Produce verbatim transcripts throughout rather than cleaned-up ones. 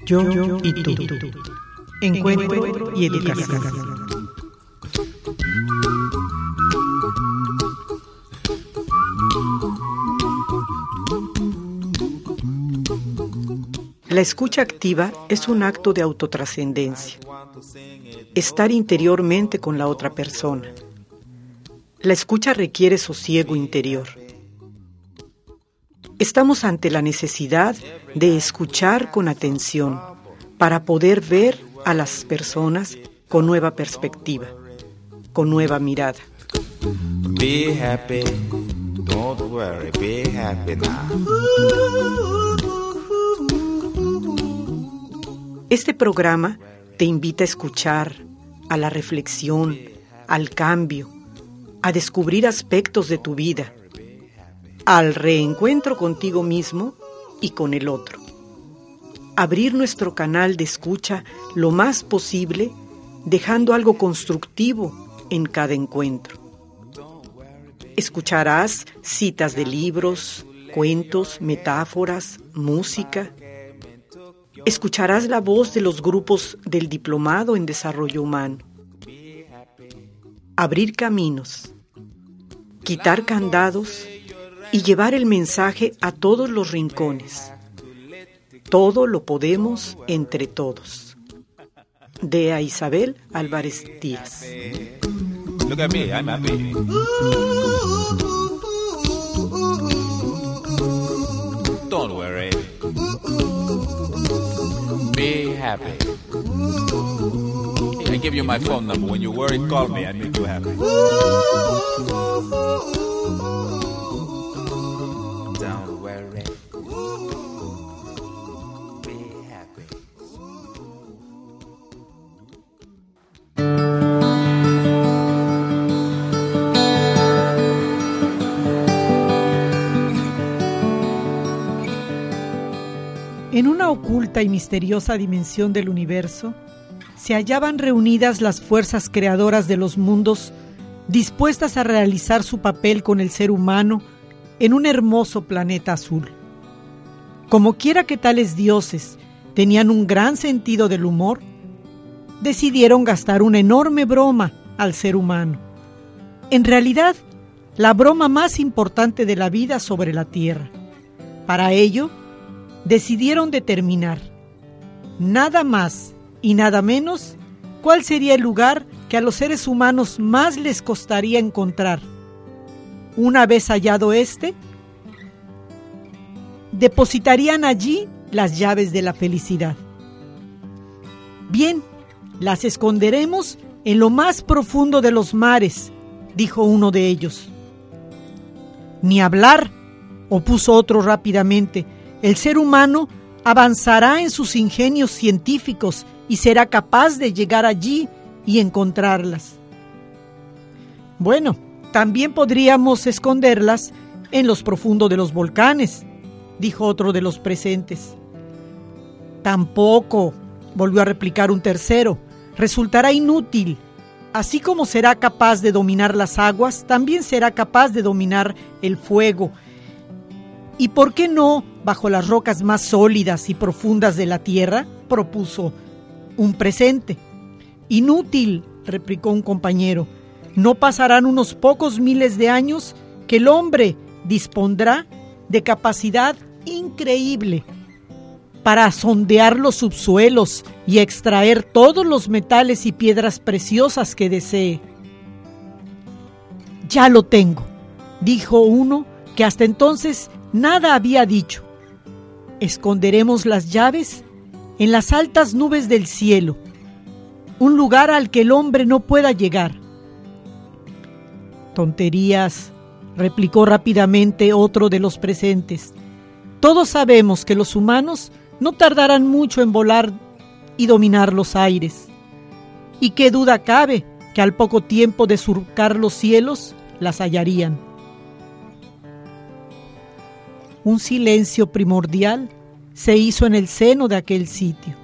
Yo y tú. Encuentro y educación. La escucha activa es un acto de autotrascendencia. Estar interiormente con la otra persona. La escucha requiere sosiego interior. Estamos ante la necesidad de escuchar con atención para poder ver a las personas con nueva perspectiva, con nueva mirada. Be happy, don't worry, be happy now. Este programa te invita a escuchar, a la reflexión, al cambio, a descubrir aspectos de tu vida, al reencuentro contigo mismo y con el otro. Abrir nuestro canal de escucha lo más posible, dejando algo constructivo en cada encuentro. Escucharás citas de libros, cuentos, metáforas, música. Escucharás la voz de los grupos del Diplomado en Desarrollo Humano. Abrir caminos, quitar candados y llevar el mensaje a todos los rincones. Todo lo podemos entre todos. De a Isabel Álvarez Díaz. Look at me, I'm happy. Don't worry. Be happy. I give you my phone number. When you worry, call me. I make you happy. Don't worry. Be happy. En una oculta y misteriosa dimensión del universo, se hallaban reunidas las fuerzas creadoras de los mundos, dispuestas a realizar su papel con el ser humano en un hermoso planeta azul. Como quiera que tales dioses tenían un gran sentido del humor, decidieron gastar una enorme broma al ser humano. En realidad, la broma más importante de la vida sobre la Tierra. Para ello, decidieron determinar, nada más y nada menos, cuál sería el lugar que a los seres humanos más les costaría encontrar. Una vez hallado este, depositarían allí las llaves de la felicidad. Bien, las esconderemos en lo más profundo de los mares, dijo uno de ellos. Ni hablar, opuso otro rápidamente. El ser humano avanzará en sus ingenios científicos y será capaz de llegar allí y encontrarlas. Bueno, también podríamos esconderlas en los profundos de los volcanes, dijo otro de los presentes. Tampoco, volvió a replicar un tercero, resultará inútil. Así como será capaz de dominar las aguas, también será capaz de dominar el fuego. ¿Y por qué no bajo las rocas más sólidas y profundas de la tierra?, propuso un presente. Inútil, replicó un compañero. No pasarán unos pocos miles de años que el hombre dispondrá de capacidad increíble para sondear los subsuelos y extraer todos los metales y piedras preciosas que desee. Ya lo tengo, dijo uno que hasta entonces nada había dicho. Esconderemos las llaves en las altas nubes del cielo, un lugar al que el hombre no pueda llegar. Tonterías, replicó rápidamente otro de los presentes. Todos sabemos que los humanos no tardarán mucho en volar y dominar los aires. ¿Y qué duda cabe que al poco tiempo de surcar los cielos las hallarían? Un silencio primordial se hizo en el seno de aquel sitio.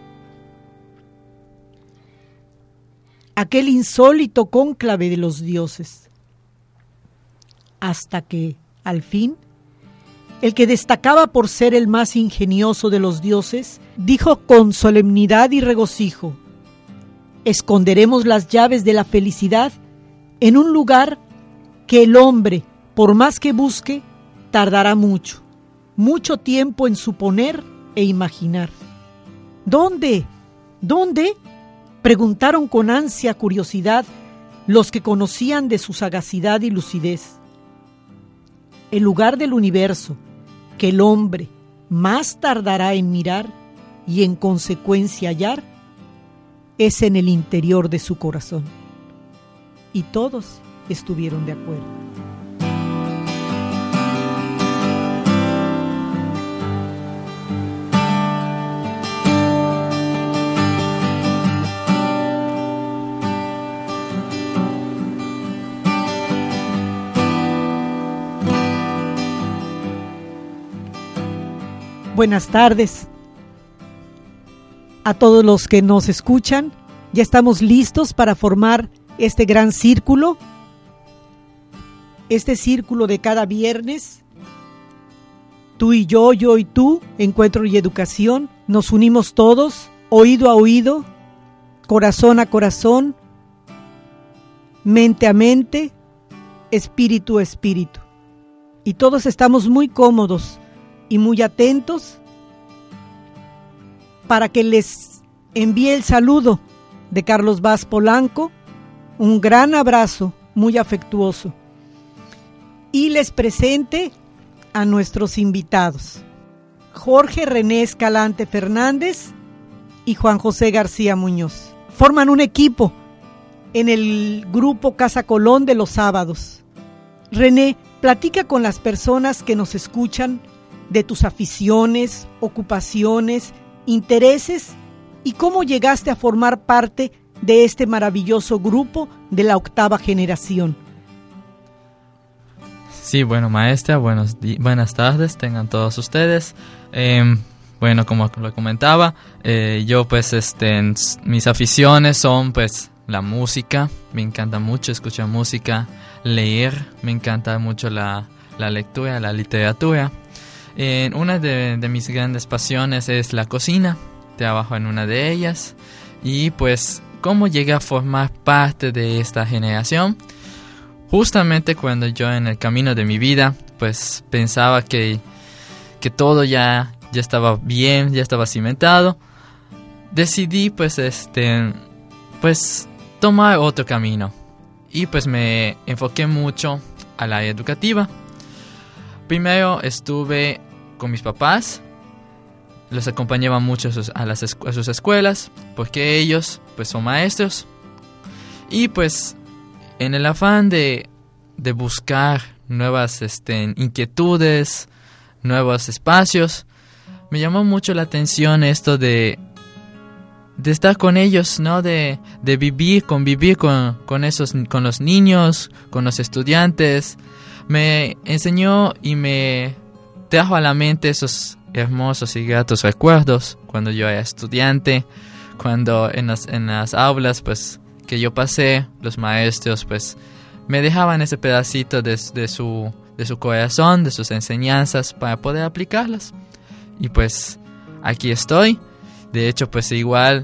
Aquel insólito cónclave de los dioses. Hasta que, al fin, el que destacaba por ser el más ingenioso de los dioses, dijo con solemnidad y regocijo: esconderemos las llaves de la felicidad en un lugar que el hombre, por más que busque, tardará mucho, mucho tiempo en suponer e imaginar. ¿Dónde? ¿Dónde?, preguntaron con ansia curiosidad los que conocían de su sagacidad y lucidez. El lugar del universo que el hombre más tardará en mirar y en consecuencia hallar es en el interior de su corazón. Y todos estuvieron de acuerdo. Buenas tardes a todos los que nos escuchan. Ya estamos listos para formar este gran círculo, este círculo de cada viernes. Tú y yo, yo y tú, encuentro y educación. Nos unimos todos, oído a oído, corazón a corazón, mente a mente, espíritu a espíritu. Y todos estamos muy cómodos y muy atentos para que les envíe el saludo de Carlos Vaz Polanco, un gran abrazo muy afectuoso, y les presente a nuestros invitados, Jorge René Escalante Fernández y Juan José García Muñoz. Forman un equipo en el grupo Casa Colón de los sábados. René, platica con las personas que nos escuchan de tus aficiones, ocupaciones, intereses y cómo llegaste a formar parte de este maravilloso grupo de la octava generación. Sí, bueno, maestra, buenos di- buenas tardes, tengan todos ustedes. Eh, bueno, como lo comentaba, eh, yo pues, este, en, mis aficiones son pues la música, me encanta mucho escuchar música, leer, me encanta mucho la, la lectura, la literatura. Eh, una de, de mis grandes pasiones es la cocina, trabajo en una de ellas y pues cómo llegué a formar parte de esta generación. Justamente cuando yo en el camino de mi vida pues pensaba que, que todo ya, ya estaba bien, ya estaba cimentado, decidí pues este pues tomar otro camino y pues me enfoqué mucho al área educativa. Primero estuve con mis papás, los acompañaba mucho a sus, a las, a sus escuelas, porque ellos pues son maestros. Y pues en el afán de, de buscar nuevas este, inquietudes, nuevos espacios, me llamó mucho la atención esto de, de estar con ellos, ¿no? De, de vivir, convivir con, con, esos, con los niños, con los estudiantes. Me enseñó y me trajo a la mente esos hermosos y gratos recuerdos cuando yo era estudiante, cuando en las, en las aulas pues que yo pasé, los maestros pues me dejaban ese pedacito de, de, su, de su corazón, de sus enseñanzas para poder aplicarlas. Y pues aquí estoy. De hecho pues igual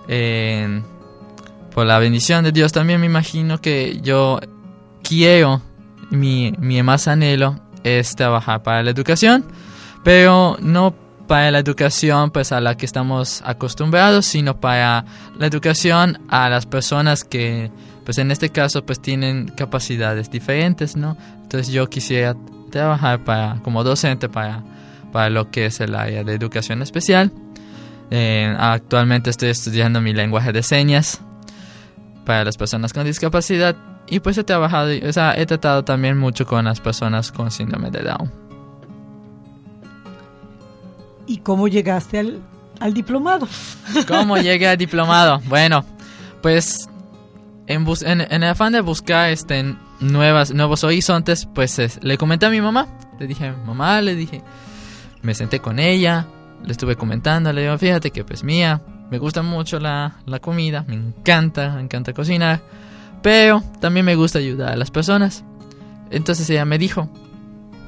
eh, por la bendición de Dios también me imagino que yo quiero, mi, mi más anhelo es trabajar para la educación, pero no para la educación pues a la que estamos acostumbrados, sino para la educación a las personas que pues en este caso pues tienen capacidades diferentes, ¿no? Entonces yo quisiera trabajar para como docente para, para lo que es el área de educación especial. Eh, actualmente estoy estudiando mi lenguaje de señas para las personas con discapacidad y pues he trabajado, o sea, he tratado también mucho con las personas con síndrome de Down. ¿Y cómo llegaste al, al diplomado? ¿Cómo llegué al diplomado? Bueno, pues en, bus- en, en el afán de buscar este, nuevas, nuevos horizontes, pues es, le comenté a mi mamá. Le dije, mamá, le dije, me senté con ella, le estuve comentando, le digo, fíjate que pues mía, me gusta mucho la, la comida, me encanta, me encanta cocinar, pero también me gusta ayudar a las personas. Entonces ella me dijo,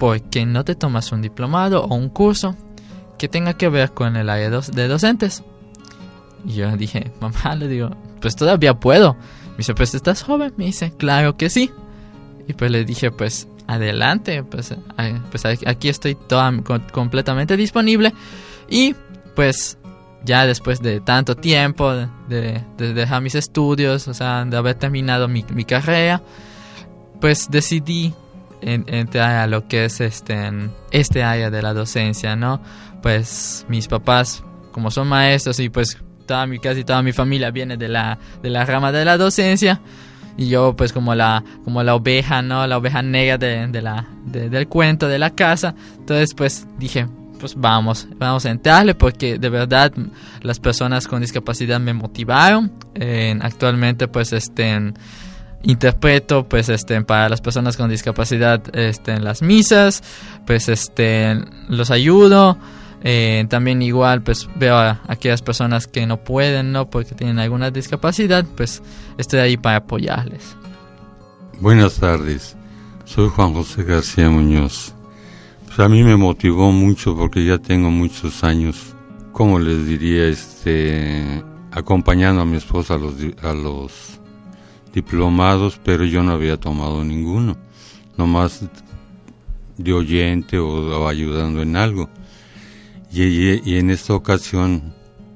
¿por qué no te tomas un diplomado o un curso que tenga que ver con el área de docentes? Y yo dije, mamá, le digo, pues todavía puedo. Me dice, pues estás joven. Me dice, claro que sí. Y pues le dije, pues adelante, pues, pues aquí estoy toda, completamente disponible. Y pues ya después de tanto tiempo de, de, de dejar mis estudios, o sea, de haber terminado mi, mi carrera, pues decidí en, entrar a lo que es este, este área de la docencia, ¿no? Pues mis papás, como son maestros, y pues toda mi, casi toda mi familia viene de la, de la rama de la docencia, y yo pues como la, como la oveja, ¿no? La oveja negra de, de la, de, del cuento de la casa. Entonces pues dije, pues vamos, vamos a entrarle, porque de verdad las personas con discapacidad me motivaron. Eh, actualmente pues este, interpreto pues este, para las personas con discapacidad este, en las misas, pues este, los ayudo. Eh, también igual pues veo a aquellas personas que no pueden, ¿no? Porque tienen alguna discapacidad, pues estoy ahí para apoyarles. Buenas tardes, soy Juan José García Muñoz. Pues a mí me motivó mucho porque ya tengo muchos años, como les diría, este, acompañando a mi esposa a los, a los diplomados, pero yo no había tomado ninguno, nomás de oyente o, o ayudando en algo. Y, y, y en esta ocasión,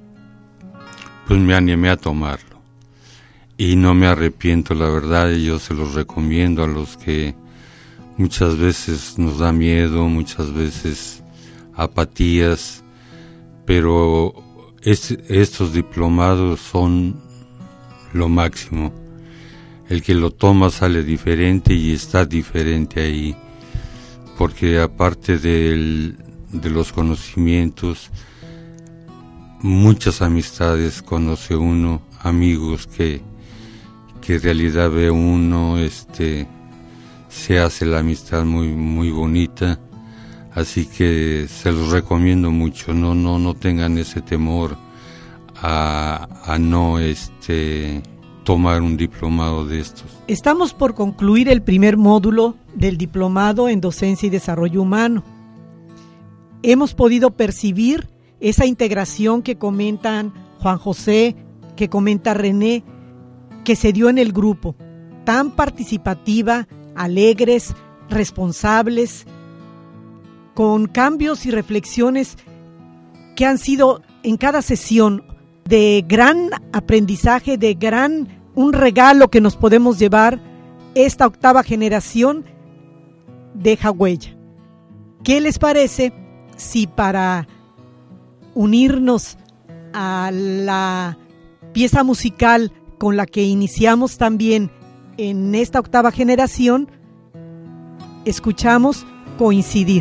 pues me animé a tomarlo. Y no me arrepiento, la verdad, y yo se los recomiendo a los que muchas veces nos da miedo, muchas veces apatías, pero es, estos diplomados son lo máximo. El que lo toma sale diferente y está diferente ahí, porque aparte del, de los conocimientos, muchas amistades conoce uno, amigos que, que en realidad ve uno, este... se hace la amistad muy muy bonita, así que se los recomiendo mucho. No no no tengan ese temor a, a no este tomar un diplomado de estos. Estamos por concluir el primer módulo del diplomado en docencia y desarrollo humano. Hemos podido percibir esa integración que comentan Juan José, que comenta René, que se dio en el grupo, tan participativa, alegres, responsables, con cambios y reflexiones que han sido en cada sesión de gran aprendizaje, de gran, un regalo que nos podemos llevar. Esta octava generación deja huella. ¿Qué les parece si para unirnos a la pieza musical con la que iniciamos también en esta octava generación, escuchamos Coincidir?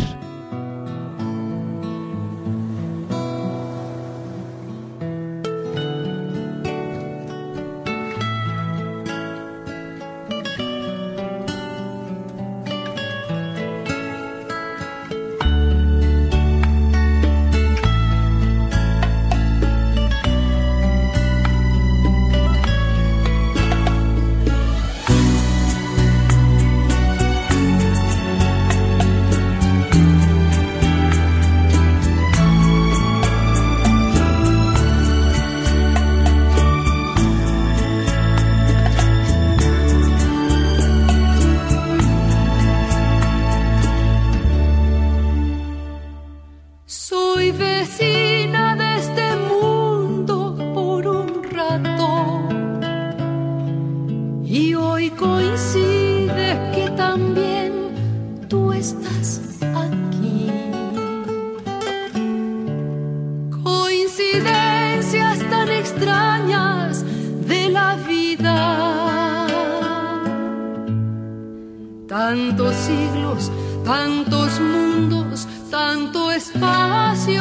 Tantos siglos, tantos mundos, tanto espacio.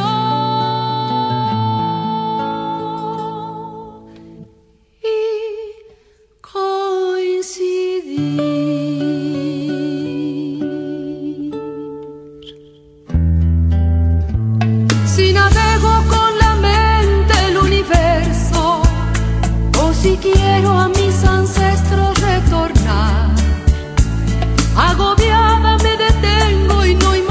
Y coincidir. Si navego con la mente el universo, o si quiero a mis ancestros retornar, agobiada me detengo y no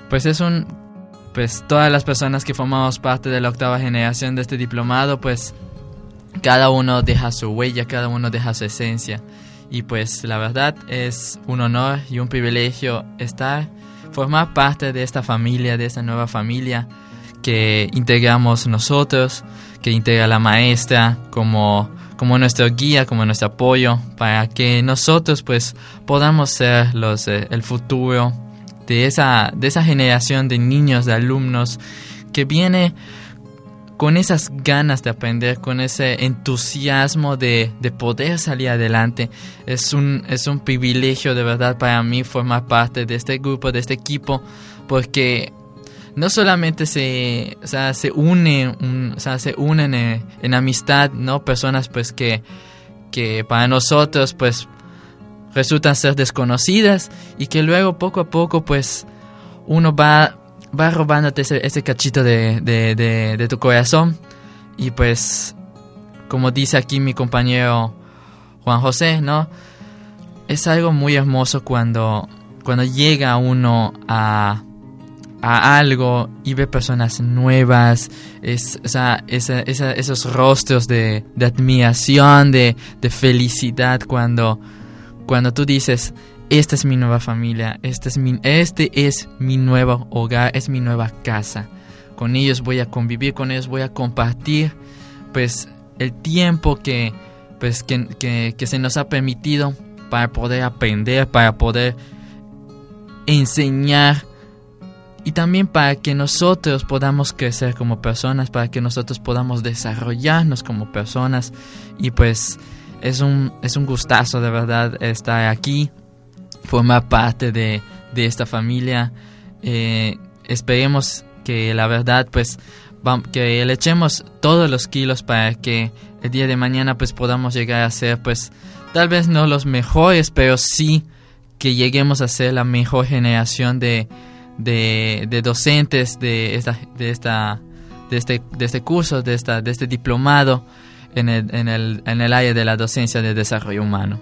pues es un, pues todas las personas que formamos parte de la octava generación de este diplomado, pues cada uno deja su huella, cada uno deja su esencia. Y pues la verdad es un honor y un privilegio estar, formar parte de esta familia, de esta nueva familia que integramos nosotros, que integra la maestra como, como nuestro guía, como nuestro apoyo, para que nosotros pues podamos ser los, eh, el futuro de esa, de esa generación de niños, de alumnos que viene con esas ganas de aprender, con ese entusiasmo de, de poder salir adelante. Es un, es un privilegio de verdad para mí formar parte de este grupo, de este equipo, porque no solamente se, o sea, se une, un, o sea, se unen en, en amistad, ¿no? Personas pues que, que para nosotros pues resultan ser desconocidas y que luego poco a poco pues uno va va robándote ese, ese cachito de, de, de, de tu corazón. Y pues, como dice aquí mi compañero Juan José, ¿no? Es algo muy hermoso cuando, cuando llega uno a, a algo y ve personas nuevas, es, o sea, esa, esa, esos rostros de, de admiración, de, de felicidad, cuando, cuando tú dices: esta es mi nueva familia, este es mi, este es mi nuevo hogar, es mi nueva casa. Con ellos voy a convivir, con ellos voy a compartir pues el tiempo que, pues, que, que, que se nos ha permitido para poder aprender, para poder enseñar y también para que nosotros podamos crecer como personas, para que nosotros podamos desarrollarnos como personas. Y pues es un, es un gustazo de verdad estar aquí, formar parte de, de esta familia. Eh, esperemos que la verdad pues que le echemos todos los kilos para que el día de mañana pues podamos llegar a ser pues tal vez no los mejores, pero sí que lleguemos a ser la mejor generación de, de, de docentes de esta, de esta de este, de este curso, de esta, de este diplomado en el, en el, en el área de la docencia de desarrollo humano.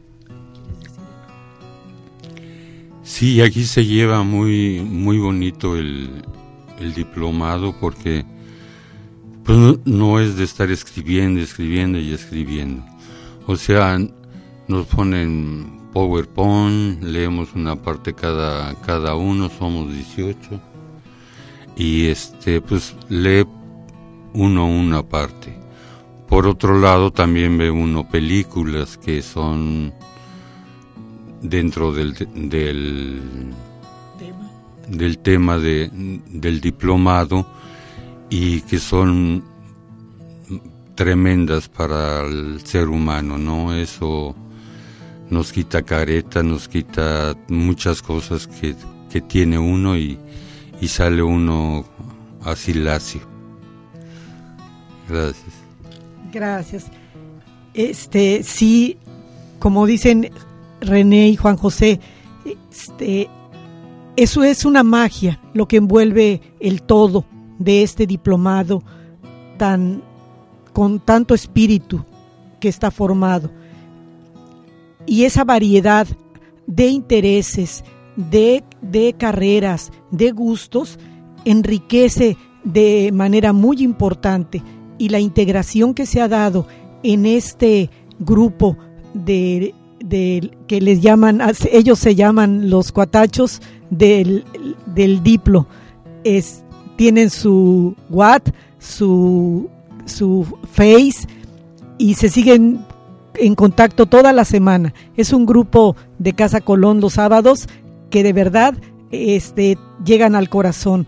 Sí, aquí se lleva muy muy bonito el, el diplomado, porque pues no, no es de estar escribiendo, escribiendo y escribiendo. O sea, nos ponen PowerPoint, leemos una parte cada cada uno, somos dieciocho, y este pues lee uno una parte. Por otro lado, también ve uno películas que son dentro del del tema, del tema de, del diplomado, y que son tremendas para el ser humano, ¿no? Eso nos quita careta, nos quita muchas cosas que, que tiene uno, y, y sale uno así lacio. Gracias. Gracias. Este, sí, como dicen René y Juan José, este, eso es una magia, lo que envuelve el todo de este diplomado tan, con tanto espíritu que está formado. Y esa variedad de intereses, de, de carreras, de gustos, enriquece de manera muy importante, y la integración que se ha dado en este grupo de De, que les llaman, ellos se llaman los cuatachos del, del Diplo, es, tienen su What, su, su Face, y se siguen en contacto toda la semana. Es un grupo de Casa Colón los sábados que de verdad este, llegan al corazón.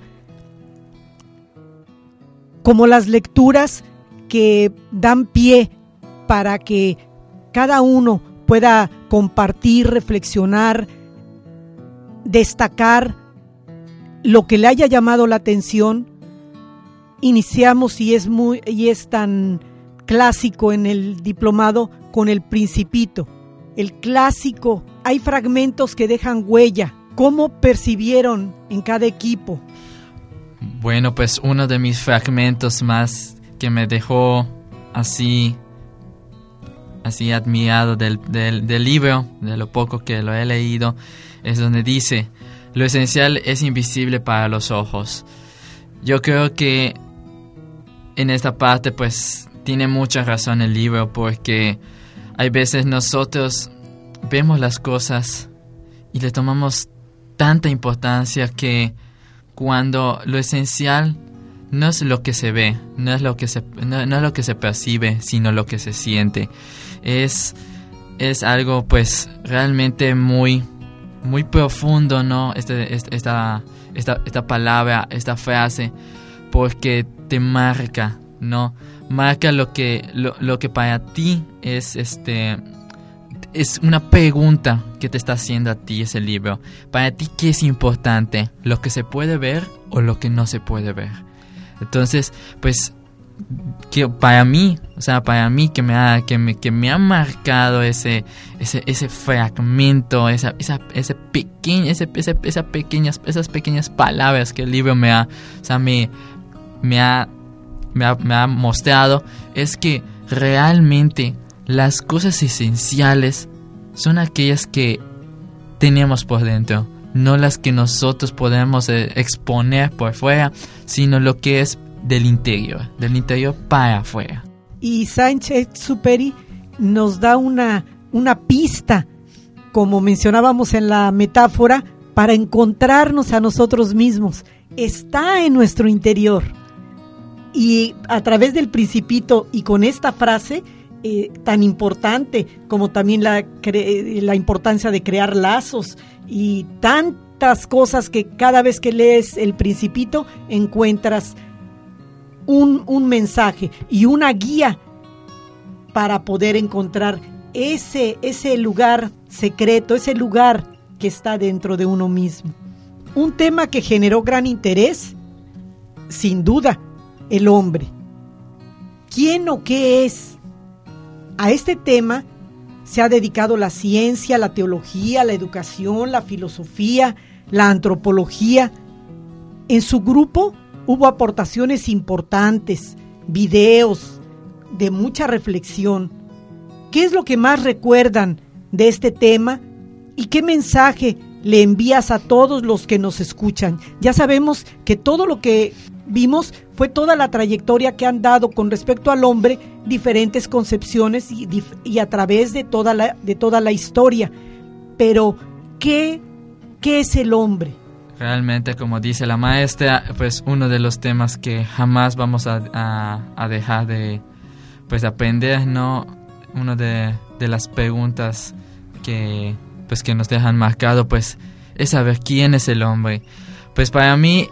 Como las lecturas que dan pie para que cada uno pueda compartir, reflexionar, destacar lo que le haya llamado la atención. Iniciamos, y es muy y es tan clásico en el diplomado, con el Principito. El clásico, hay fragmentos que dejan huella. ¿Cómo percibieron en cada equipo? Bueno, pues uno de mis fragmentos más que me dejó así así admirado del, del, del libro, de lo poco que lo he leído, es donde dice: lo esencial es invisible para los ojos. Yo creo que en esta parte pues tiene mucha razón el libro, porque hay veces nosotros vemos las cosas y le tomamos tanta importancia que cuando lo esencial no es lo que se ve, no es lo que se, no, no es lo que se percibe, sino lo que se siente. Es, es algo pues realmente muy, muy profundo, ¿no? Este, este, esta, esta, esta palabra, esta frase, porque te marca, ¿no? Marca lo que, lo, lo que para ti es este... Es una pregunta que te está haciendo a ti ese libro. Para ti, ¿qué es importante? ¿Lo que se puede ver o lo que no se puede ver? Entonces, pues, que para mí, o sea, para mí que me ha, que me, que me ha marcado ese, ese, ese fragmento, esa, esa, ese pequeño, ese, ese, esas pequeñas, esas pequeñas palabras que el libro me ha, o sea, me, me ha, me ha, me ha mostrado, es que realmente las cosas esenciales son aquellas que tenemos por dentro, no las que nosotros podemos eh, exponer por fuera, sino lo que es del interior, del interior para afuera. Y Saint-Exupéry nos da una, una pista, como mencionábamos en la metáfora, para encontrarnos a nosotros mismos. Está en nuestro interior. Y a través del Principito y con esta frase, Eh, tan importante como también la, cre- la importancia de crear lazos y tantas cosas que cada vez que lees el Principito encuentras un, un mensaje y una guía para poder encontrar ese, ese lugar secreto, ese lugar que está dentro de uno mismo. Un tema que generó gran interés, sin duda, el hombre. ¿Quién o qué es? A este tema se ha dedicado la ciencia, la teología, la educación, la filosofía, la antropología. En su grupo hubo aportaciones importantes, videos de mucha reflexión. ¿Qué es lo que más recuerdan de este tema? ¿Y qué mensaje le envías a todos los que nos escuchan? Ya sabemos que todo lo que vimos fue toda la trayectoria que han dado con respecto al hombre, diferentes concepciones y, y a través de toda la, de toda la historia. Pero, ¿qué, qué es el hombre? Realmente, como dice la maestra, pues uno de los temas que jamás vamos a, a, a dejar de pues aprender, ¿no? Una de, de las preguntas que, pues, que nos dejan marcado, pues, es saber quién es el hombre. Pues para mí,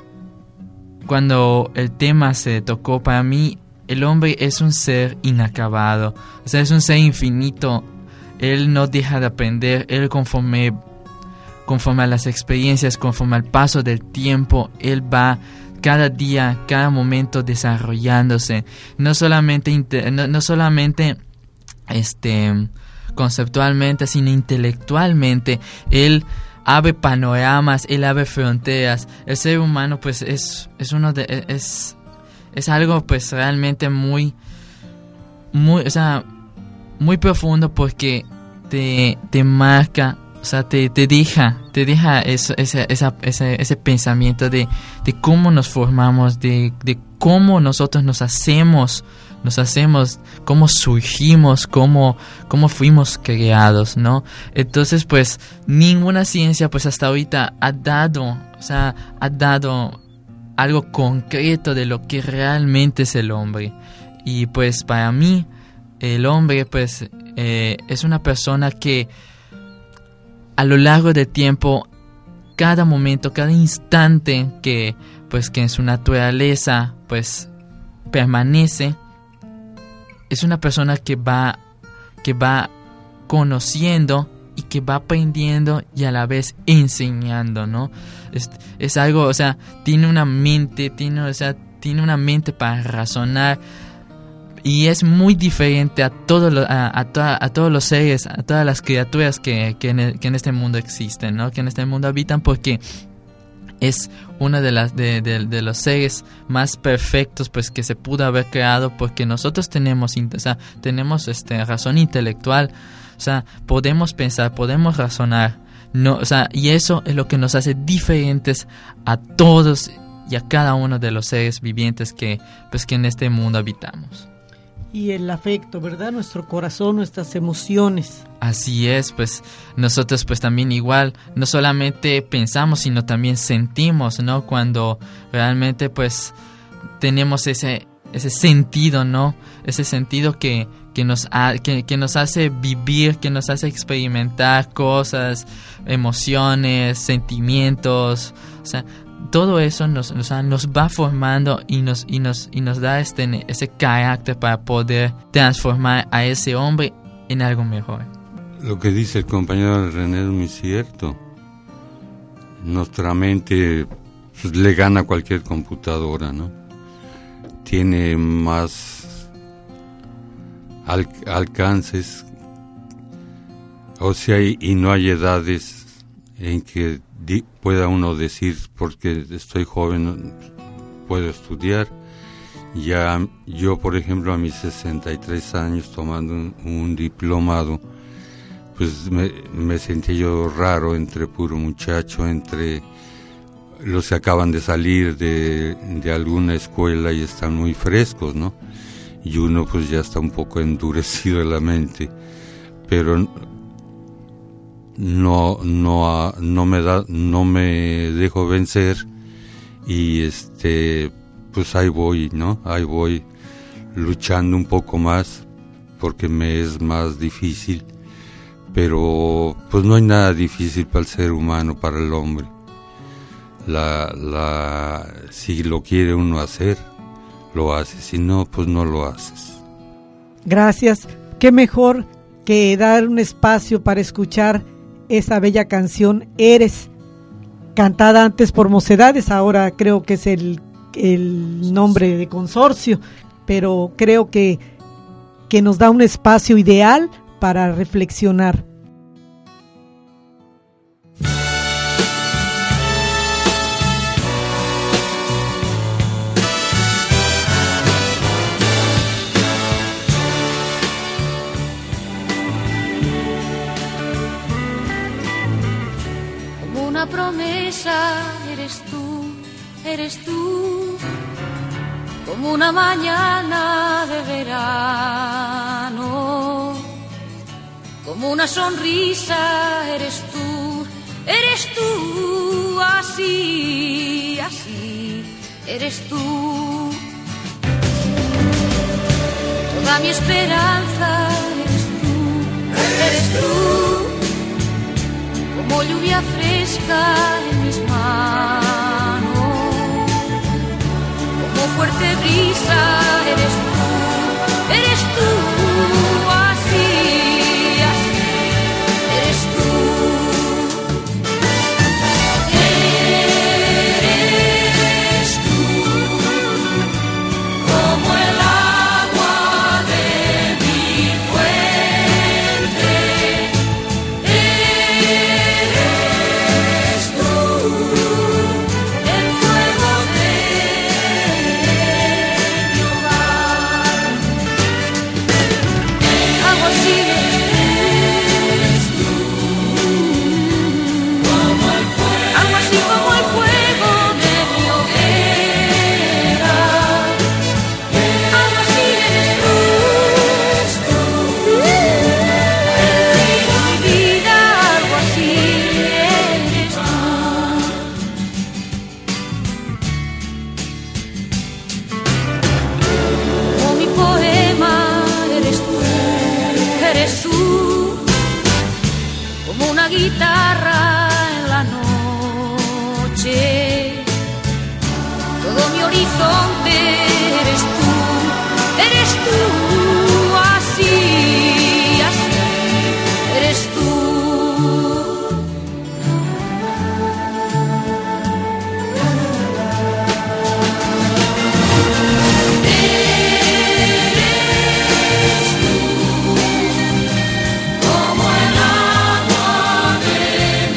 cuando el tema se tocó, para mí el hombre es un ser inacabado, o sea, es un ser infinito. Él no deja de aprender, él conforme, conforme a las experiencias, conforme al paso del tiempo, él va cada día, cada momento desarrollándose, no solamente, no, no solamente este, conceptualmente, sino intelectualmente. Él abre panoramas, él abre fronteras. El ser humano pues es, es uno de es, es algo pues realmente muy muy, o sea, muy profundo, porque te, te marca, o sea, te, te deja, te deja eso, ese, esa, ese, ese pensamiento de, de cómo nos formamos, de, de cómo nosotros nos hacemos, nos hacemos, cómo surgimos, cómo, cómo fuimos creados, ¿no? Entonces, pues, ninguna ciencia, pues, hasta ahorita ha dado, o sea, ha dado algo concreto de lo que realmente es el hombre. Y, pues, para mí, el hombre, pues, eh, es una persona que a lo largo del tiempo, cada momento, cada instante que, pues, que en su naturaleza, pues, permanece, es una persona que va, que va conociendo y que va aprendiendo y a la vez enseñando, ¿no? Es, es algo, o sea, tiene una mente, tiene, o sea, tiene una mente para razonar, y es muy diferente a, todo lo, a, a, to, a todos los seres, a todas las criaturas que, que, en el, que en este mundo existen, ¿no? Que en este mundo habitan, porque es uno de, las, de, de, de los seres más perfectos, pues, que se pudo haber creado, porque nosotros tenemos, o sea, tenemos este, razón intelectual, o sea, podemos pensar, podemos razonar, no, o sea, y eso es lo que nos hace diferentes a todos y a cada uno de los seres vivientes que, pues, que en este mundo habitamos. Y el afecto, ¿verdad? Nuestro corazón, nuestras emociones. Así es, pues nosotros pues también igual, no solamente pensamos, sino también sentimos, ¿no? Cuando realmente pues tenemos ese, ese sentido, ¿no? Ese sentido que, que, nos ha, que, que nos hace vivir, que nos hace experimentar cosas, emociones, sentimientos, o sea, todo eso nos, o sea, nos va formando y nos, y nos, y nos da este, ese carácter para poder transformar a ese hombre en algo mejor. Lo que dice el compañero René es muy cierto. Nuestra mente pues, le gana a cualquier computadora, ¿no? Tiene más al, alcances, o sea, y, y no hay edades en que di, pueda uno decir, porque estoy joven, puedo estudiar. Ya yo, por ejemplo, a mis sesenta y tres años, tomando un, un diplomado, pues me, me sentí yo raro, entre puro muchacho, entre los que acaban de salir de, de alguna escuela y están muy frescos, ¿no? Y uno pues ya está un poco endurecido de la mente, pero no no no me da no me dejo vencer y este pues ahí voy, ¿no? Ahí voy luchando un poco más porque me es más difícil. Pero pues no hay nada difícil para el ser humano, para el hombre. La, la, si lo quiere uno hacer, lo hace. Si no, pues no lo haces. Gracias. Qué mejor que dar un espacio para escuchar esa bella canción Eres, cantada antes por Mocedades, ahora creo que es el, el nombre de Consorcio, pero creo que, que nos da un espacio ideal para reflexionar. Como una promesa eres tú, eres tú, como una mañana de verano. Como una sonrisa eres tú, eres tú, así, así, eres tú. Toda mi esperanza eres tú, eres tú. Como lluvia fresca en mis manos, como fuerte brisa eres tú, eres tú, así.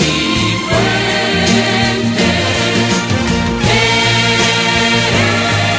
Eres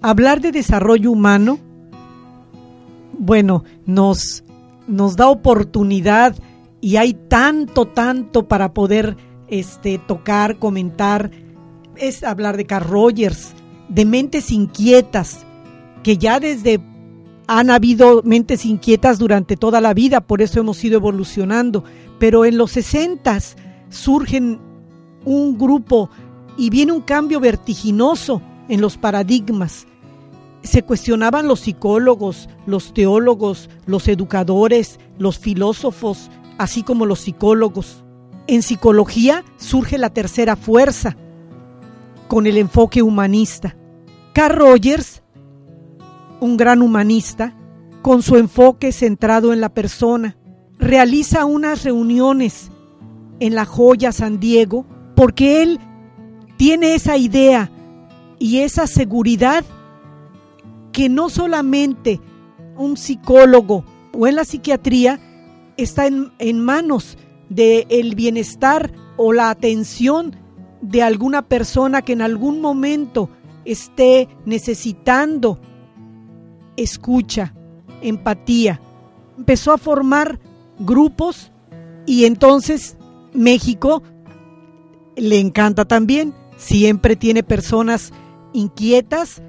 Hablar de desarrollo humano, bueno, nos, nos da oportunidad y hay tanto, tanto para poder este, tocar, comentar. Es hablar de Carl Rogers, de mentes inquietas, que ya desde han habido mentes inquietas durante toda la vida, por eso hemos ido evolucionando, pero en los sesentas surgen un grupo y viene un cambio vertiginoso en los paradigmas. Se cuestionaban los psicólogos, los teólogos, los educadores, los filósofos, así como los psicólogos. En psicología surge la tercera fuerza, con el enfoque humanista. Carl Rogers, un gran humanista, con su enfoque centrado en la persona, realiza unas reuniones en La Joya, San Diego, porque él tiene esa idea y esa seguridad que no solamente un psicólogo o en la psiquiatría está en, en manos del bienestar o la atención de alguna persona que en algún momento esté necesitando escucha, empatía. Empezó a formar grupos y entonces México le encanta también. Siempre tiene personas inquietas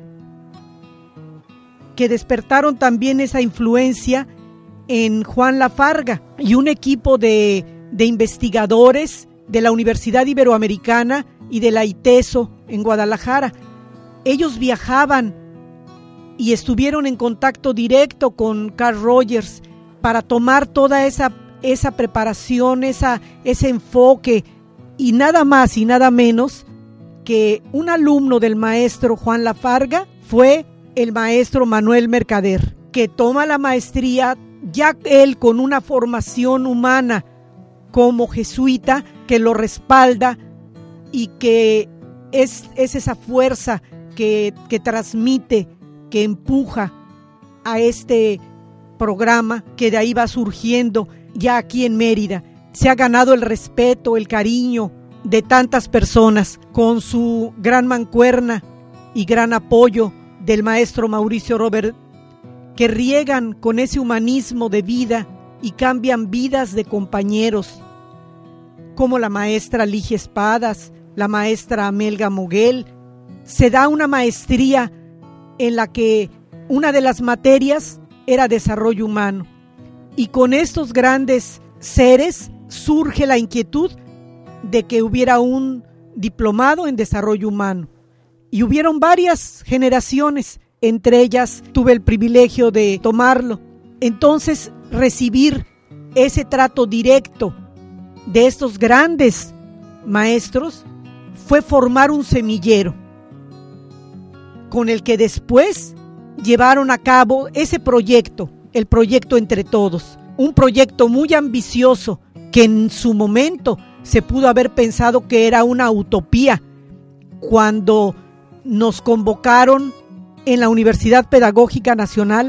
que despertaron también esa influencia en Juan Lafarga y un equipo de, de investigadores de la Universidad Iberoamericana y de la ITESO en Guadalajara. Ellos viajaban y estuvieron en contacto directo con Carl Rogers para tomar toda esa, esa preparación, esa, ese enfoque, y nada más y nada menos que un alumno del maestro Juan Lafarga fue el maestro Manuel Mercader, que toma la maestría ya él con una formación humana como jesuita que lo respalda y que es, es esa fuerza que, que transmite, que empuja a este programa que de ahí va surgiendo ya aquí en Mérida. Se ha ganado el respeto, el cariño de tantas personas con su gran mancuerna y gran apoyo del maestro Mauricio Robert, que riegan con ese humanismo de vida y cambian vidas de compañeros, como la maestra Ligia Espadas, la maestra Amelga Moguel. Se da una maestría en la que una de las materias era desarrollo humano, y con estos grandes seres surge la inquietud de que hubiera un diplomado en desarrollo humano, y hubieron varias generaciones, entre ellas tuve el privilegio de tomarlo. Entonces, recibir ese trato directo de estos grandes maestros fue formar un semillero con el que después llevaron a cabo ese proyecto, el proyecto Entre Todos, un proyecto muy ambicioso que en su momento se pudo haber pensado que era una utopía cuando nos convocaron en la Universidad Pedagógica Nacional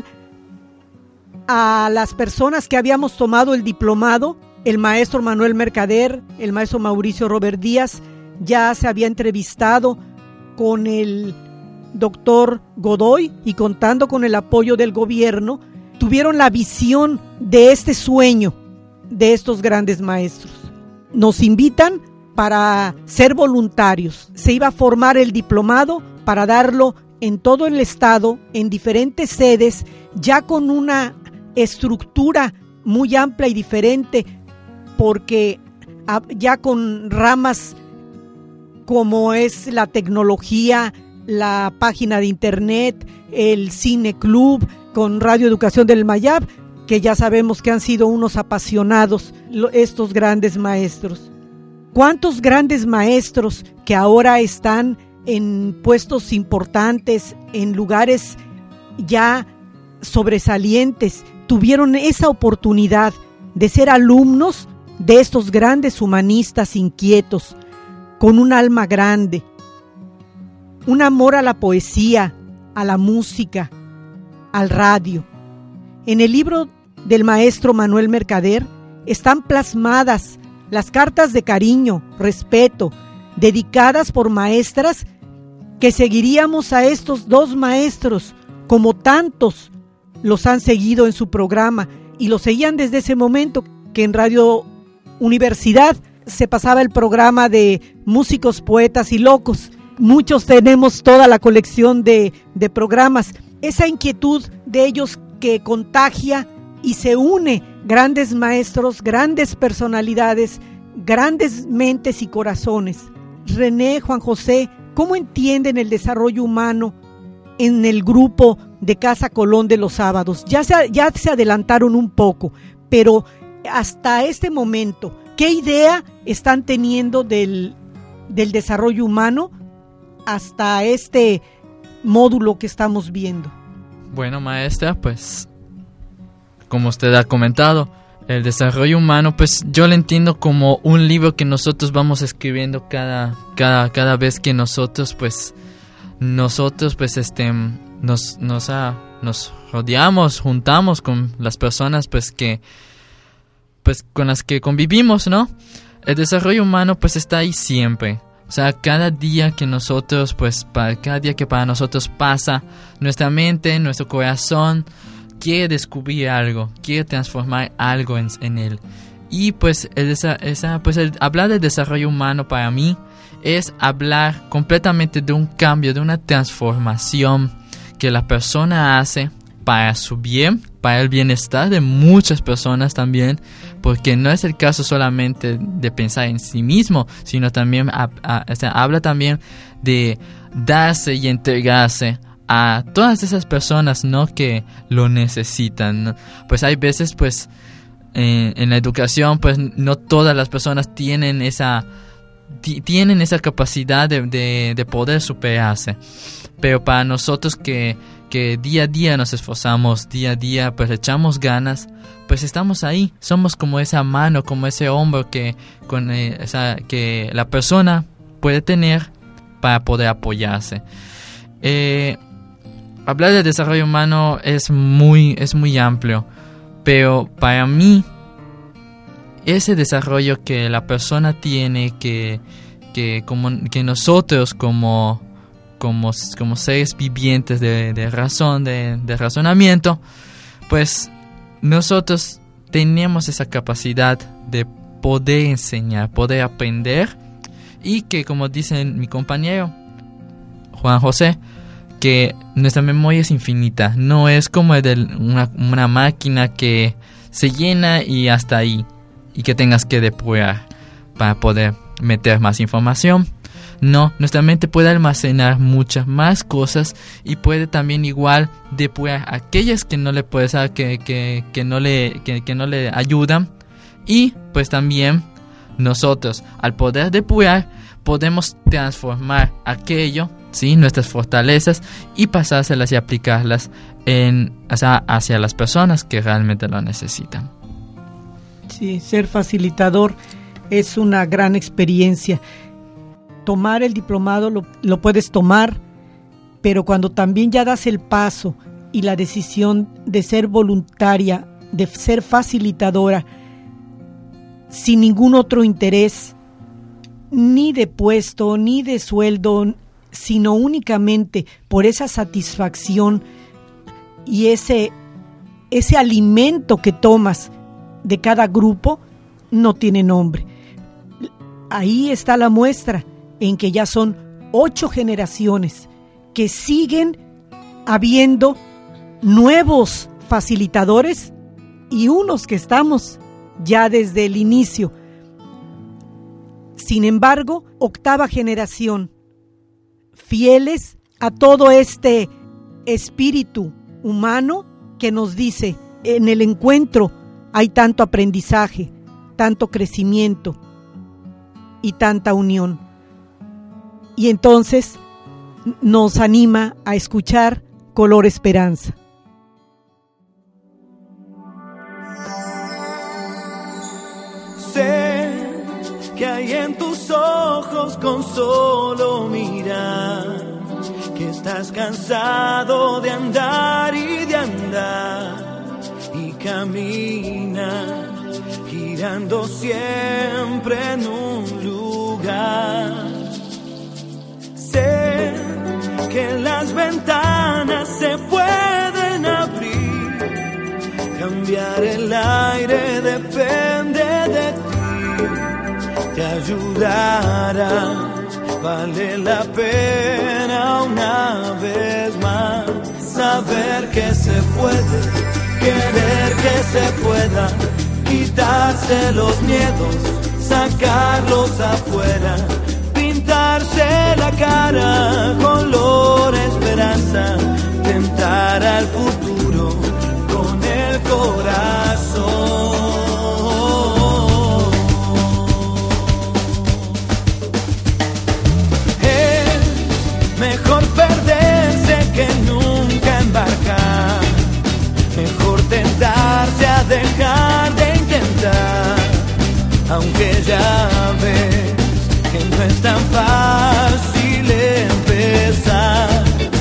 a las personas que habíamos tomado el diplomado. El maestro Manuel Mercader, el maestro Mauricio Robert Díaz, ya se había entrevistado con el doctor Godoy y contando con el apoyo del gobierno, tuvieron la visión de este sueño de estos grandes maestros. Nos invitan para ser voluntarios. Se iba a formar el diplomado para darlo en todo el estado, en diferentes sedes, ya con una estructura muy amplia y diferente, porque ya con ramas como es la tecnología, la página de internet, el cine club, con Radio Educación del Mayab, que ya sabemos que han sido unos apasionados estos grandes maestros. ¿Cuántos grandes maestros que ahora están en puestos importantes, en lugares ya sobresalientes, tuvieron esa oportunidad de ser alumnos de estos grandes humanistas inquietos, con un alma grande, un amor a la poesía, a la música, al radio? En el libro del maestro Manuel Mercader están plasmadas las cartas de cariño, respeto, dedicadas por maestras que seguiríamos a estos dos maestros como tantos los han seguido en su programa y lo seguían desde ese momento que en Radio Universidad se pasaba el programa de músicos, poetas y locos. Muchos tenemos toda la colección de, de programas. Esa inquietud de ellos que contagia y se une grandes maestros, grandes personalidades, grandes mentes y corazones. René, Juan José, ¿cómo entienden el desarrollo humano en el grupo de Casa Colón de los sábados? Ya se, ya se adelantaron un poco, pero hasta este momento, ¿qué idea están teniendo del, del desarrollo humano hasta este módulo que estamos viendo? Bueno, maestra, pues como usted ha comentado, el desarrollo humano, pues yo lo entiendo como un libro que nosotros vamos escribiendo cada, cada, cada vez que nosotros, pues, nosotros, pues, este, nos, nos, ah, nos rodeamos, juntamos con las personas, pues, que, pues, con las que convivimos, ¿no? El desarrollo humano, pues, está ahí siempre. O sea, cada día que nosotros, pues, para, cada día que para nosotros pasa, nuestra mente, nuestro corazón quiere descubrir algo, quiere transformar algo en, en él. Y pues, el, esa, esa, pues el, hablar del desarrollo humano para mí es hablar completamente de un cambio, de una transformación que la persona hace para su bien, para el bienestar de muchas personas también, porque no es el caso solamente de pensar en sí mismo, sino también a, a, o sea, habla también de darse y entregarse a todas esas personas, ¿no?, que lo necesitan, ¿no? Pues hay veces, pues, eh, en la educación, pues, no todas las personas tienen esa, t- tienen esa capacidad de, de, de poder superarse. Pero para nosotros que, que día a día nos esforzamos, día a día, pues, echamos ganas, pues, estamos ahí. Somos como esa mano, como ese hombro que, con, eh, esa, que la persona puede tener para poder apoyarse. Eh... Hablar de desarrollo humano es muy, es muy amplio, pero para mí, ese desarrollo que la persona tiene, que, que, como, que nosotros como, como, como seres vivientes de, de razón, de, de razonamiento, pues nosotros tenemos esa capacidad de poder enseñar, poder aprender, y que, como dice mi compañero Juan José, que nuestra memoria es infinita, no es como el de una, una máquina que se llena y hasta ahí, y que tengas que depurar para poder meter más información. No, nuestra mente puede almacenar muchas más cosas y puede también igual depurar aquellas que no le puedes, que, que, que no le que, que no le ayudan, y pues también nosotros al poder depurar podemos transformar aquello, ¿sí?, nuestras fortalezas, y pasárselas y aplicarlas en, o sea, hacia las personas que realmente lo necesitan. Sí, ser facilitador es una gran experiencia. Tomar el diplomado lo, lo puedes tomar, pero cuando también ya das el paso y la decisión de ser voluntaria, de ser facilitadora, sin ningún otro interés, ni de puesto, ni de sueldo, sino únicamente por esa satisfacción y ese, ese alimento que tomas de cada grupo, no tiene nombre. Ahí está la muestra en que ya son ocho generaciones que siguen habiendo nuevos facilitadores y unos que estamos ya desde el inicio. Sin embargo, octava generación, fieles a todo este espíritu humano que nos dice, en el encuentro hay tanto aprendizaje, tanto crecimiento y tanta unión. Y entonces nos anima a escuchar Color Esperanza. Sé que hay en tus ojos con solo mirar, que estás cansado de andar y de andar, y camina girando siempre en un lugar. Sé ventanas se pueden abrir, cambiar el aire depende de ti, te ayudará, vale la pena una vez más saber que se puede, querer que se pueda, quitarse los miedos, sacarlos afuera, pintarse la cara color esperanza, tentar al futuro con el corazón. Es mejor perderse que nunca embarcar, mejor tentarse a dejar de intentar, aunque ya ves que no es tan fácil empezar.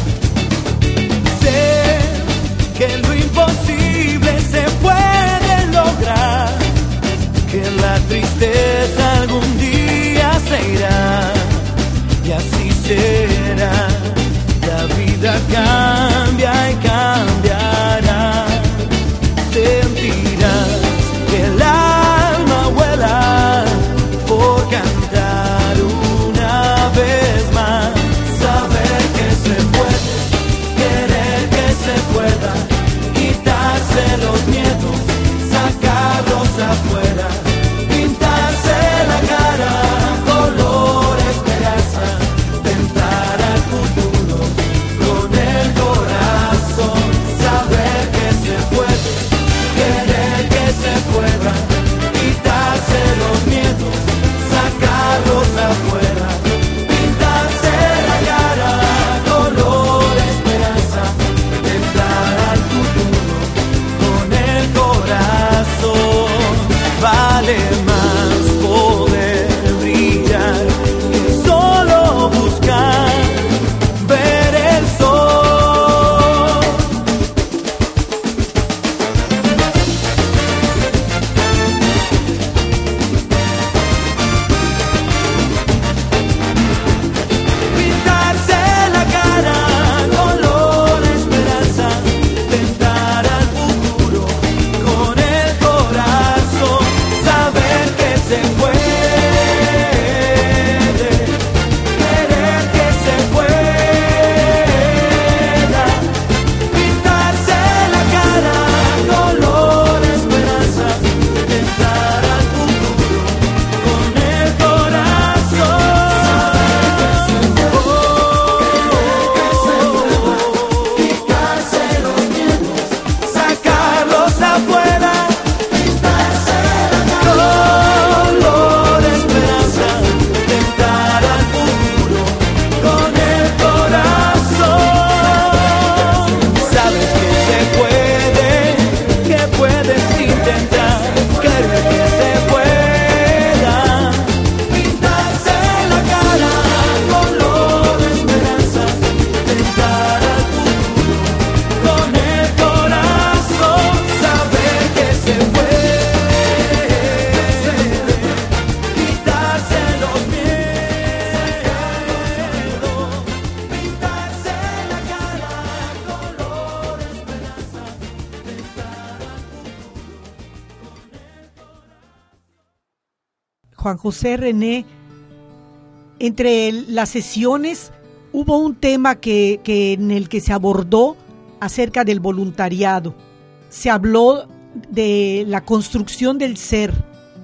Sé que lo imposible se puede lograr, que la tristeza algún día se irá, y así será. La vida cambia y cambiará, sentirás que el alma vuela por cantar una vez más, saber que se puede, querer que se pueda, quitarse los miedos, sacarlos afuera, pintarse la cara color esperanza, tentar al futuro con el corazón, saber que se puede, querer que se pueda, quitarse los miedos, sacarlos afuera, pintarse la cara color esperanza, tentar al futuro con el corazón. Vale más poder brillar que solo buscar ver el sol. Pintarse la cara color esperanza, tentar al futuro con el corazón, saber que se puede, querer que se pueda, pintarse la cara color esperanza, tentar al futuro con el corazón. Quitarse los miedos, sacarlos afuera, pintarse la cara color esperanza, tentar al futuro con el corazón. Sabes que se puede, que puedes intentar, querer que se pueda, pintarse la cara color esperanza, tentar al futuro con el corazón, saber que se puede, quitarse los miedos, pintarse la cara color esperanza, tentar al Juan José René, entre el- las sesiones hubo un tema que, que en el que se abordó acerca del voluntariado. Se habló de la construcción del ser.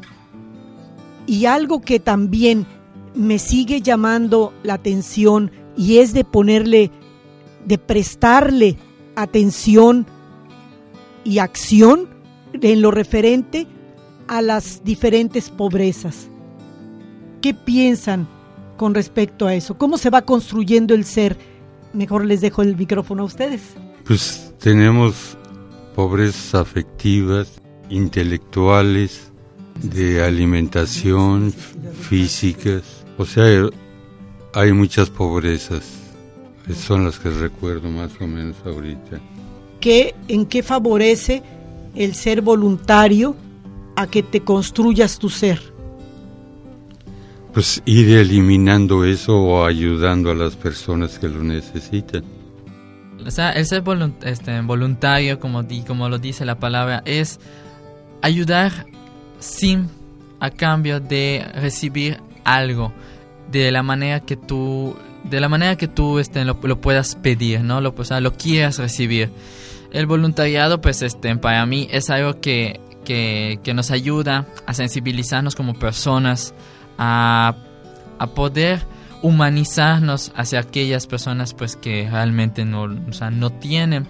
Y algo que también me sigue llamando la atención y es de ponerle, de prestarle atención y acción en lo referente a las diferentes pobrezas. ¿Qué piensan con respecto a eso? ¿Cómo se va construyendo el ser? Mejor les dejo el micrófono a ustedes. Pues tenemos pobrezas afectivas, intelectuales, de alimentación, f- físicas. O sea, hay muchas pobrezas. Son las que recuerdo más o menos ahorita. ¿Qué, ¿En qué favorece el ser voluntario a que te construyas tu ser? Pues ir eliminando eso o ayudando a las personas que lo necesitan. o sea, el ser volunt- este, voluntario, como, di- como lo dice la palabra, es ayudar sin a cambio de recibir algo, de la manera que tú, de la manera que tú este, lo, lo puedas pedir, ¿no? Lo, o sea, lo quieras recibir. El voluntariado, pues, este, para mí es algo que, que, que nos ayuda a sensibilizarnos como personas, a, a poder humanizarnos hacia aquellas personas pues que realmente no, o sea, no tienen.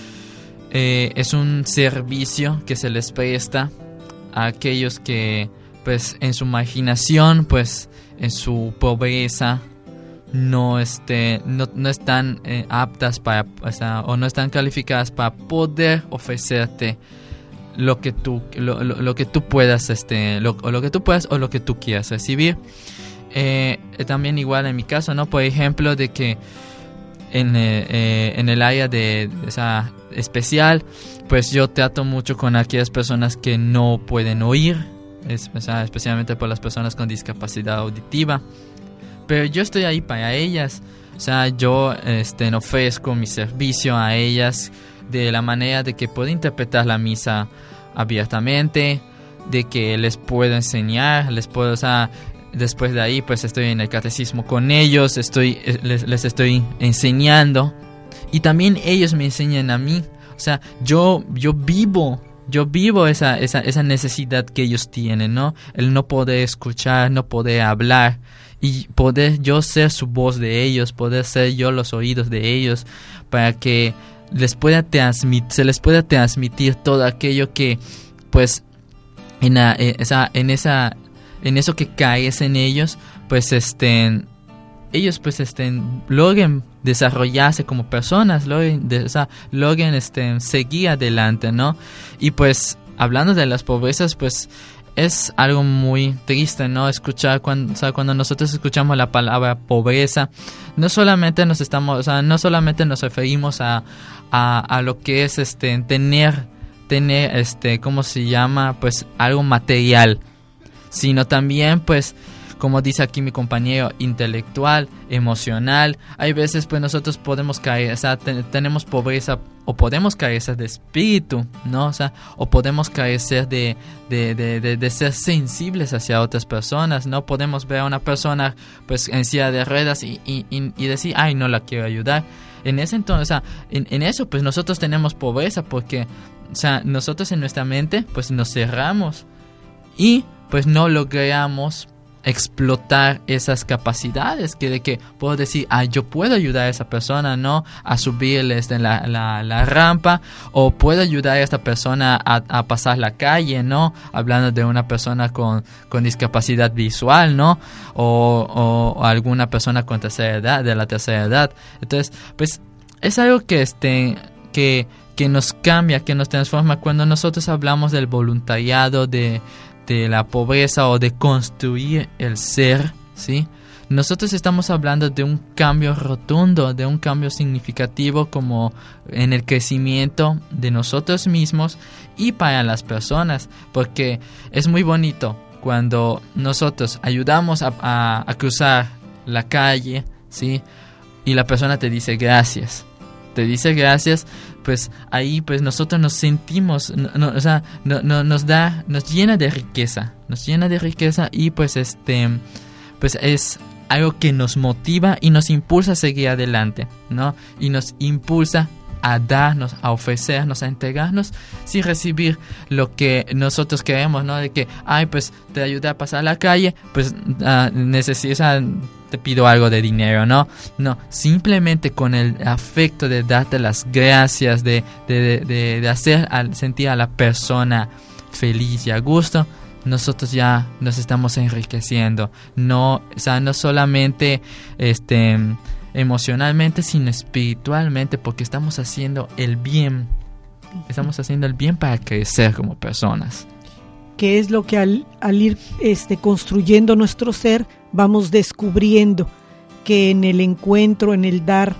Eh, es un servicio que se les presta a aquellos que pues en su marginación, pues en su pobreza no, este, no, no están eh, aptas para, o sea, o no están calificadas para poder ofrecerte lo que tú, lo, lo, lo que tú puedas, este, lo, o lo que tú puedas o lo que tú quieras recibir. Eh, también igual en mi caso, ¿no? Por ejemplo, de que en, eh, eh, en el área de, de esa especial, pues yo trato mucho con aquellas personas que no pueden oír, es, o sea, especialmente por las personas con discapacidad auditiva. Pero yo estoy ahí para ellas, o sea, yo este, ofrezco mi servicio a ellas de la manera de que puedo interpretar la misa abiertamente, de que les puedo enseñar, les puedo, o sea, después de ahí pues estoy en el catecismo con ellos, estoy les, les estoy enseñando y también ellos me enseñan a mí. O sea, yo yo vivo yo vivo esa esa esa necesidad que ellos tienen, ¿no? El no poder escuchar, no poder hablar y poder yo ser su voz de ellos, poder ser yo los oídos de ellos para que les pueda transmitir, se les pueda transmitir todo aquello que pues en la, esa en esa en eso que carece en ellos, pues estén, ellos pues estén, logren desarrollarse como personas, logren, de, o sea, logren este, seguir adelante, ¿no? Y pues, hablando de las pobrezas, pues, es algo muy triste, ¿no? Escuchar, cuando, o sea, cuando nosotros escuchamos la palabra pobreza, no solamente nos estamos, o sea, no solamente nos referimos a, a, a lo que es, este, tener, tener, este, ¿cómo se llama? Pues, algo material, sino también, pues, como dice aquí mi compañero, intelectual, emocional. Hay veces, pues, nosotros podemos caer, o sea, te, tenemos pobreza o podemos carecer de espíritu, ¿no? O sea, o podemos carecer de, de, de, de, de ser sensibles hacia otras personas, ¿no? Podemos ver a una persona, pues, en silla de ruedas y, y, y, y decir, ay, no la quiero ayudar. En ese entonces, o sea, en, en eso, pues, nosotros tenemos pobreza porque, o sea, nosotros en nuestra mente, pues, nos cerramos y pues no logramos explotar esas capacidades que de que puedo decir, ah, yo puedo ayudar a esa persona, ¿no? A subirles en la, la, la rampa, o puedo ayudar a esta persona a, a pasar la calle, ¿no? Hablando de una persona con, con discapacidad visual, ¿no? O, o, o alguna persona con tercera edad, de la tercera edad. Entonces, pues, es algo que este, que, que nos cambia, que nos transforma cuando nosotros hablamos del voluntariado, de de la pobreza o de construir el ser, ¿sí? Nosotros estamos hablando de un cambio rotundo, de un cambio significativo como en el crecimiento de nosotros mismos y para las personas, porque es muy bonito cuando nosotros ayudamos a, a, a cruzar la calle, ¿sí? Y la persona te dice gracias. Te dice gracias, pues ahí pues nosotros nos sentimos, no, no, o sea, no, no, nos da, nos llena de riqueza, nos llena de riqueza y pues este, pues es algo que nos motiva y nos impulsa a seguir adelante, ¿no? Y nos impulsa a darnos, a ofrecernos, a entregarnos sin recibir lo que nosotros queremos, ¿no? De que, ay, pues te ayudé a pasar la calle, pues uh, necesitas, te pido algo de dinero, ¿no? No, simplemente con el afecto de darte las gracias, de, de, de, de hacer al, sentir a la persona feliz y a gusto, nosotros ya nos estamos enriqueciendo. No, o sea, no solamente este, emocionalmente, sino espiritualmente, porque estamos haciendo el bien. Estamos haciendo el bien para crecer como personas. Que es lo que al, al ir este, construyendo nuestro ser, vamos descubriendo que en el encuentro, en el dar,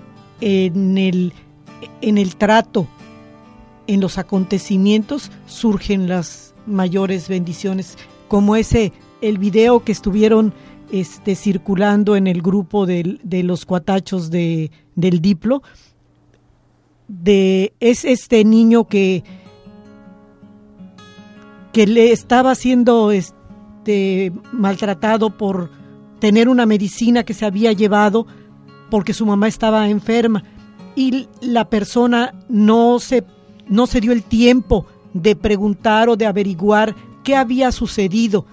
en el, en el trato, en los acontecimientos, surgen las mayores bendiciones, como ese, el video que estuvieron este, circulando en el grupo de, de los cuatachos de, del Diplo. de es este niño que que le estaba siendo este maltratado por tener una medicina que se había llevado porque su mamá estaba enferma y la persona no se no se dio el tiempo de preguntar o de averiguar qué había sucedido.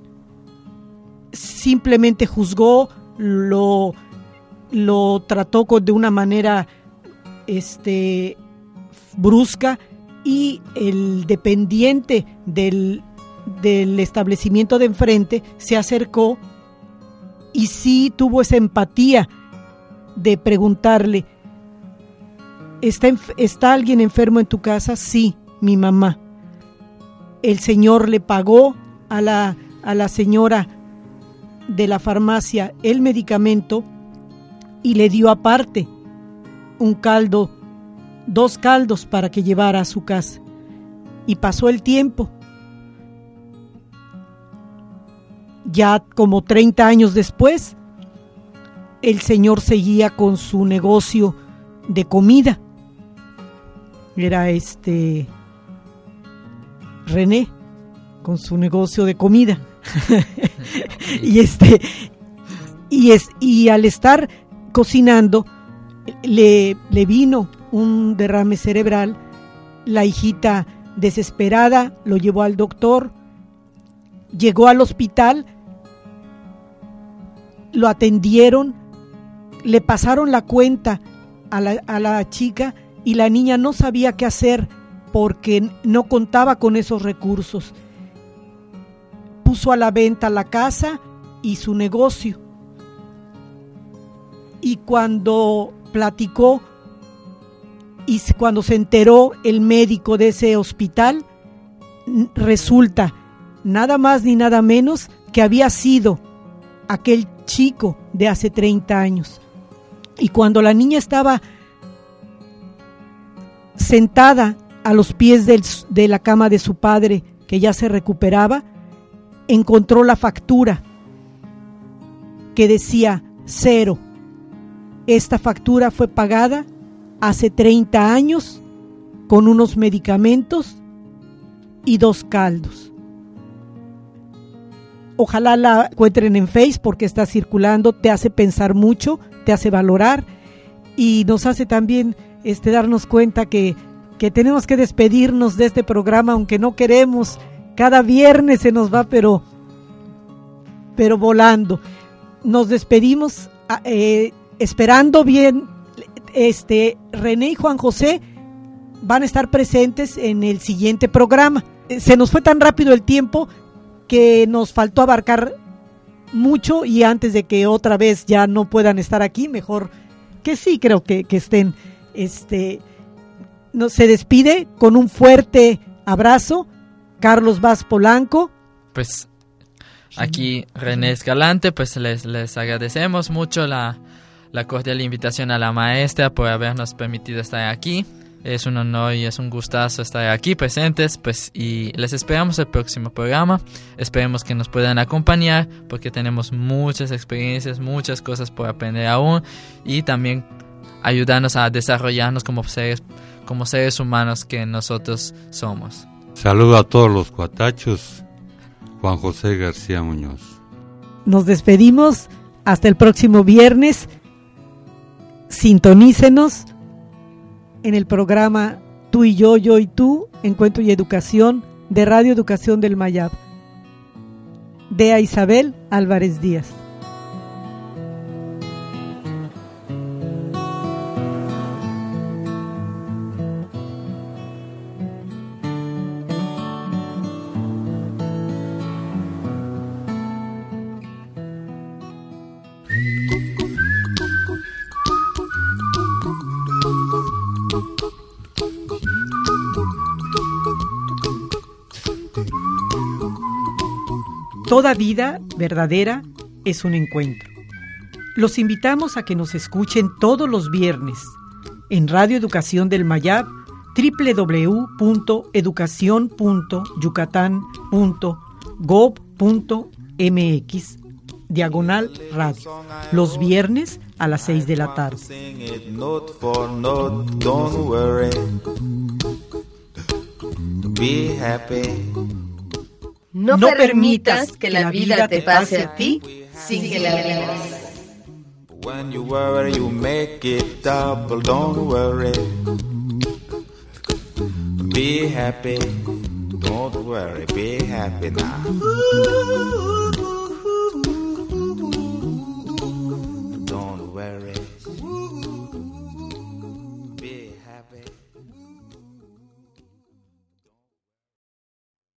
Simplemente juzgó, lo, lo trató con, de una manera este, brusca, y el dependiente del, del establecimiento de enfrente se acercó y sí tuvo esa empatía de preguntarle: ¿Está, ¿Está alguien enfermo en tu casa? Sí, mi mamá. El señor le pagó a la, a la señora de la farmacia el medicamento y le dio aparte un caldo, dos caldos para que llevara a su casa. Y pasó el tiempo. Ya como treinta años después, el señor seguía con su negocio de comida. Era este René con su negocio de comida. y este y es y al estar cocinando le, le vino un derrame cerebral. La hijita, desesperada, lo llevó al doctor, llegó al hospital, lo atendieron, le pasaron la cuenta a la, a la chica y la niña no sabía qué hacer porque no contaba con esos recursos. Puso a la venta la casa y su negocio. Y cuando platicó y cuando se enteró el médico de ese hospital, resulta nada más ni nada menos que había sido aquel chico de hace treinta años. Y cuando la niña estaba sentada a los pies del, de la cama de su padre, que ya se recuperaba, encontró la factura que decía cero. Esta factura fue pagada hace treinta años con unos medicamentos y dos caldos. Ojalá la encuentren en Facebook porque está circulando, te hace pensar mucho, te hace valorar y nos hace también este, darnos cuenta que, que tenemos que despedirnos de este programa, aunque no queremos. Cada viernes se nos va, pero, pero volando. Nos despedimos eh, esperando bien. Este, René y Juan José van a estar presentes en el siguiente programa. Se nos fue tan rápido el tiempo que nos faltó abarcar mucho, y antes de que otra vez ya no puedan estar aquí, mejor que sí, creo que, que estén. Este, no, se despide con un fuerte abrazo Carlos Vaz Polanco. Pues aquí René Escalante, pues les, les agradecemos mucho la, la cordial invitación a la maestra por habernos permitido estar aquí. Es un honor y es un gustazo estar aquí presentes, pues, y les esperamos el próximo programa. Esperemos que nos puedan acompañar porque tenemos muchas experiencias, muchas cosas por aprender aún, y también ayudarnos a desarrollarnos como seres, como seres humanos que nosotros somos. Saludo a todos los cuatachos. Juan José García Muñoz. Nos despedimos hasta el próximo viernes. Sintonícenos en el programa Tú y yo, yo y tú, Encuentro y Educación de Radio Educación del Mayab. Dea Isabel Álvarez Díaz. Toda vida verdadera es un encuentro. Los invitamos a que nos escuchen todos los viernes en Radio Educación del Mayab, doble u doble u doble u punto educación punto yucatán punto gob punto m x, diagonal radio. Los viernes a las seis de la tarde. Sing it note for note, don't worry. Be happy. No, No permitas que la vida te pase a ti sin que la vivas. When you worry, you make it double, don't worry. Be happy. Don't worry, be happy now.